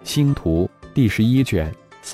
星图第11卷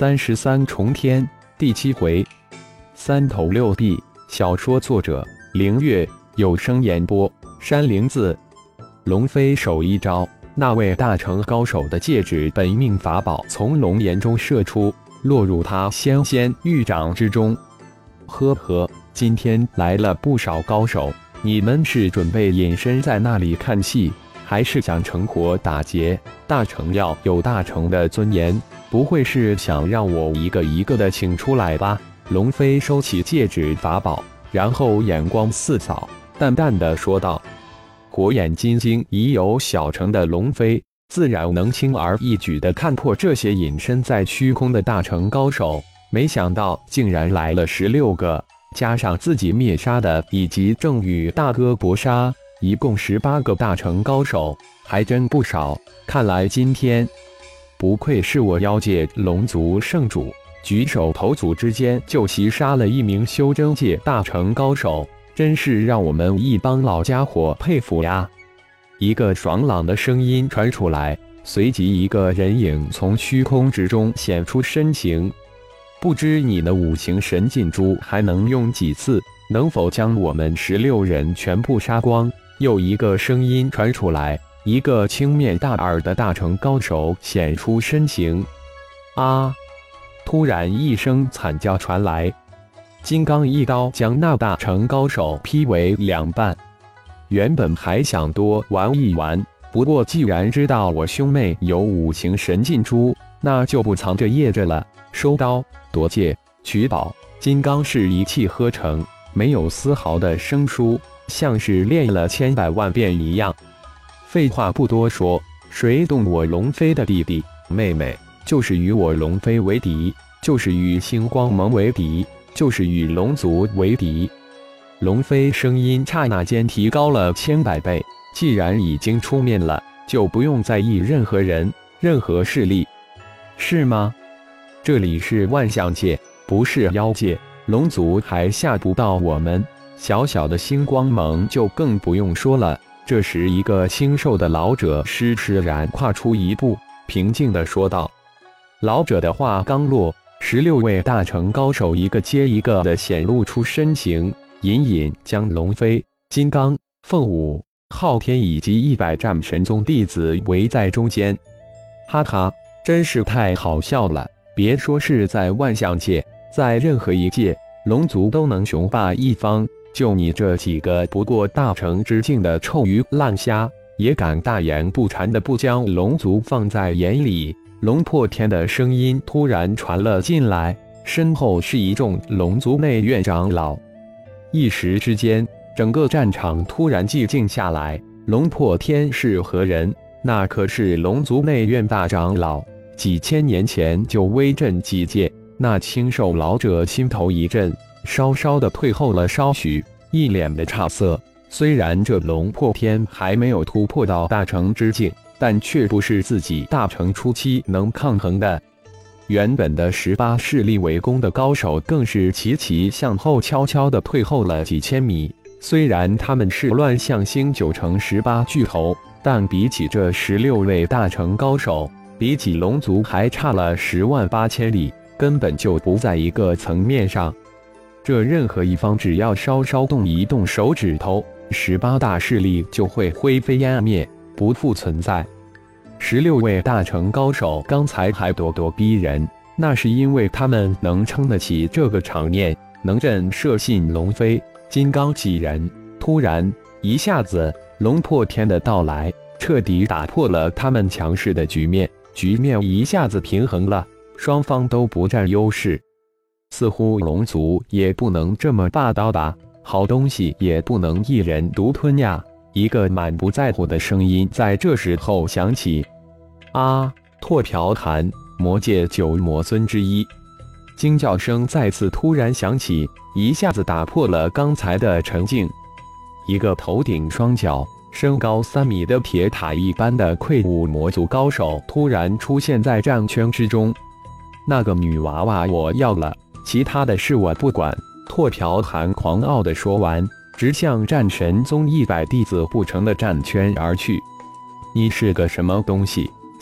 33重天第7回。三头六臂。小说作者：凌月，有声演播：山灵子。龙飞手一招，那位大成高手的戒指本命法宝从龙眼中射出，落入他纤玉掌之中。呵呵，今天来了不少高手，你们是准备隐身在那里看戏，还是想成活打劫？大成要有大成的尊严，不会是想让我一个一个的请出来吧？龙飞收起戒指法宝，然后眼光四扫，淡淡的说道：“火眼金睛已有小成的龙飞，自然能轻而易举地看破这些隐身在虚空的大成高手。没想到竟然来了16个，加上自己灭杀的以及正与大哥搏杀，一共18个大成高手，还真不少。看来今天不愧是我妖界龙族圣主，举手投足之间就袭杀了一名修真界大成高手，真是让我们一帮老家伙佩服呀！”一个爽朗的声音传出来，随即一个人影从虚空之中显出身形。不知你的五行神禁珠还能用几次？能否将我们16人全部杀光？又一个声音传出来，一个青面大耳的大成高手显出身形。啊！突然一声惨叫传来，金刚一刀将那大成高手劈为2半。原本还想多玩一玩，不过既然知道我兄妹有五行神禁珠，那就不藏着掖着了。收刀夺戒取宝，金刚是一气呵成，没有丝毫的生疏，像是练了千百万遍一样。废话不多说，谁动我龙飞的弟弟妹妹，就是与我龙飞为敌，就是与星光盟为敌，就是与龙族为敌。龙飞声音刹那间提高了千百倍，既然已经出面了，就不用在意任何人任何势力，是吗？这里是万象界，不是妖界，龙族还吓不到我们，小小的星光盟就更不用说了。这时一个清瘦的老者施然跨出一步，平静地说道。老者的话刚落，16位大成高手一个接一个地显露出身形，隐隐将龙飞、金刚、凤舞、昊天以及100战神宗弟子围在中间。哈哈，真是太好笑了！别说是在万象界，在任何一界，龙族都能雄霸一方。就你这几个不过大成之境的臭鱼烂虾，也敢大言不惭的不将龙族放在眼里？龙破天的声音突然传了进来，身后是一众龙族内院长老。一时之间，整个战场突然寂静下来。龙破天是何人？那可是龙族内院大长老，几千年前就威震几界。那清瘦老者心头一震，稍稍的退后了稍许，一脸的差色。虽然这龙破天还没有突破到大成之境，但却不是自己大成初期能抗衡的。原本的18势力围攻的高手更是齐向后悄悄地退后了几千米。虽然他们是乱象星9成18巨头，但比起这16位大成高手，比起龙族还差了108000里，根本就不在一个层面上。这任何一方只要稍稍动一动手指头，18大势力就会灰飞烟灭，不复存在。16位大成高手刚才还咄咄逼人，那是因为他们能撑得起这个场面，能震慑信龙飞、金刚几人。突然一下子，龙破天的到来彻底打破了他们强势的局面，局面一下子平衡了，双方都不占优势。似乎龙族也不能这么霸道吧，好东西也不能一人独吞呀。一个满不在乎的声音在这时候响起。啊！拓瓢坛，魔界9魔尊之一。惊叫声再次突然响起，一下子打破了刚才的沉静。一个头顶双角、身高3米的铁塔一般的魁梧魔族高手突然出现在战圈之中。那个女娃娃我要了，其他的事我不管。拓瓢坛狂傲地说完，直向战神宗100弟子不成的战圈而去。你是个什么东西？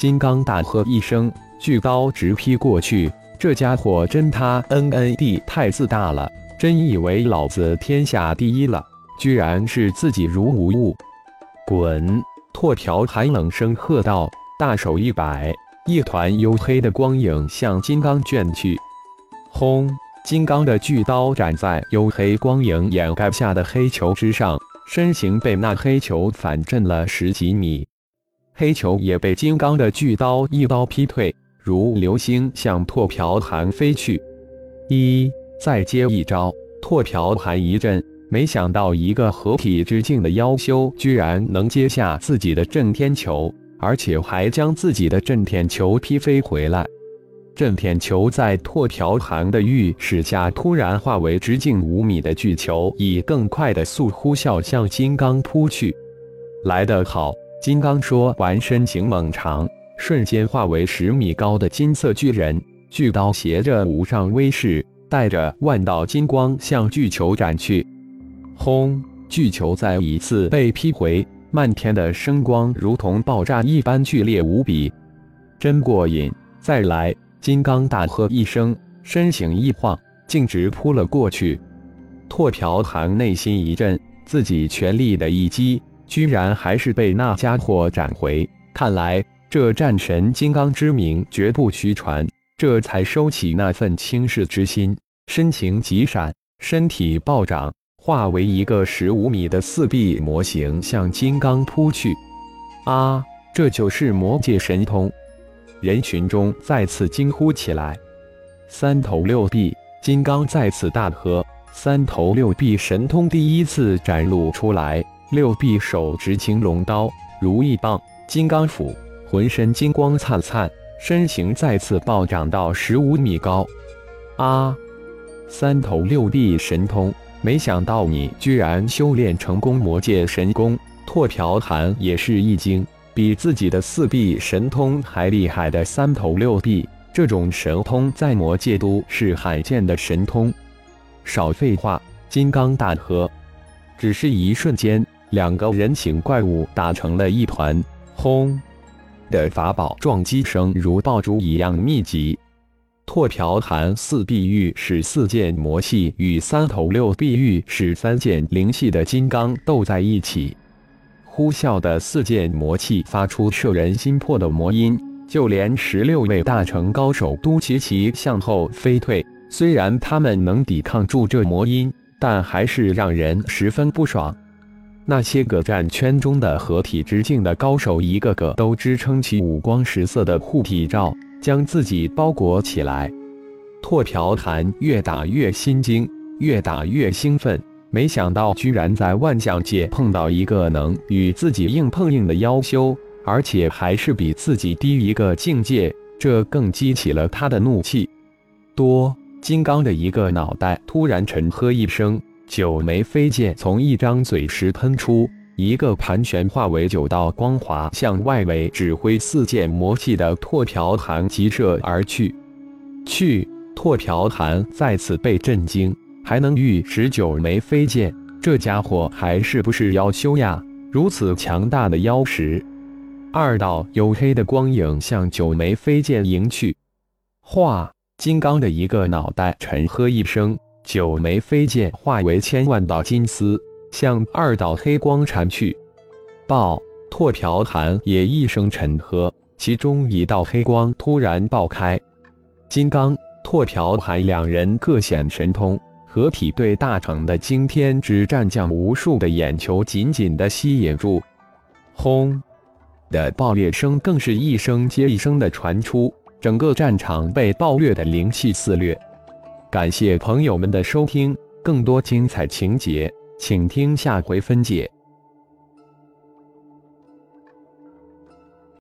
金刚大喝一声，巨刀直劈过去。这家伙真他 NND 太自大了，真以为老子天下第一了，居然视自己如无物。滚！拓条寒冷声喝道，大手一摆，一团黝黑的光影向金刚卷去。轰！金刚的巨刀斩在黝黑光影掩盖下的黑球之上，身形被那黑球反震了10几米。黑球也被金刚的巨刀一刀劈退，如流星向拓瓢寒飞去。再接一招，拓瓢寒一震，没想到一个合体之境的妖修居然能接下自己的震天球，而且还将自己的震天球劈飞回来。震天球在拓瓢寒的御使下突然化为直径5米的巨球，以更快的速呼啸向金刚扑去。来得好！金刚说完，身形猛长，瞬间化为10米高的金色巨人，巨刀携着无上威势，带着万道金光向巨球斩去。轰！巨球再一次被劈回，漫天的声光如同爆炸一般剧烈无比，真过瘾！再来！金刚大喝一声，身形一晃，径直扑了过去。拓瓢寒内心一震，自己全力的一击，居然还是被那家伙斩回。看来这战神金刚之名绝不虚传，这才收起那份轻视之心，身形急闪，身体暴涨，化为一个15米的4臂模型向金刚扑去。啊，这就是魔界神通！人群中再次惊呼起来。3头6臂，金刚再次大喝，3头6臂神通第一次展露出来。6臂手执青龙刀，如意棒、金刚斧，浑身金光灿灿，身形再次暴涨到15米高。啊！3头6臂神通，没想到你居然修炼成功魔界神功。拓瓢寒也是一惊。比自己的4臂神通还厉害的3头6臂，这种神通在魔界都是罕见的神通。少废话！金刚大喝，只是一瞬间，2个人形怪物打成了一团。轰的法宝撞击声如爆竹一样密集。拓瓢寒4臂御使4件魔系与3头6臂御使3件灵系的金刚斗在一起。呼啸的4件魔器发出摄人心魄的魔音，就连16位大成高手都齐齐向后飞退。虽然他们能抵抗住这魔音，但还是让人十分不爽。那些个战圈中的合体之境的高手，一个个都支撑起五光十色的护体罩，将自己包裹起来。拓瓢寒越打越心惊，越打越兴奋。没想到居然在万象界碰到一个能与自己硬碰硬的妖修，而且还是比自己低一个境界，这更激起了他的怒气。金刚的一个脑袋突然沉喝一声，9枚飞剑从一张嘴时喷出，一个盘旋化为9道光华，向外围指挥4件魔系的拓瓢寒急射而去。拓瓢寒再次被震惊。还能御使9枚飞剑，这家伙还是不是妖修呀？如此强大的妖石！2道黝黑的光影向9枚飞剑迎去。化！金刚的一个脑袋沉喝一声，9枚飞剑化为1000万道金丝，向2道黑光缠去。爆！拓瓢寒也一声沉喝，其中一道黑光突然爆开。金刚、拓瓢寒2人各显神通。合体对大成的惊天之战将无数的眼球紧紧地吸引住。轰的爆裂声更是一声接一声地传出，整个战场被爆裂的灵气肆虐。感谢朋友们的收听，更多精彩情节，请听下回分解。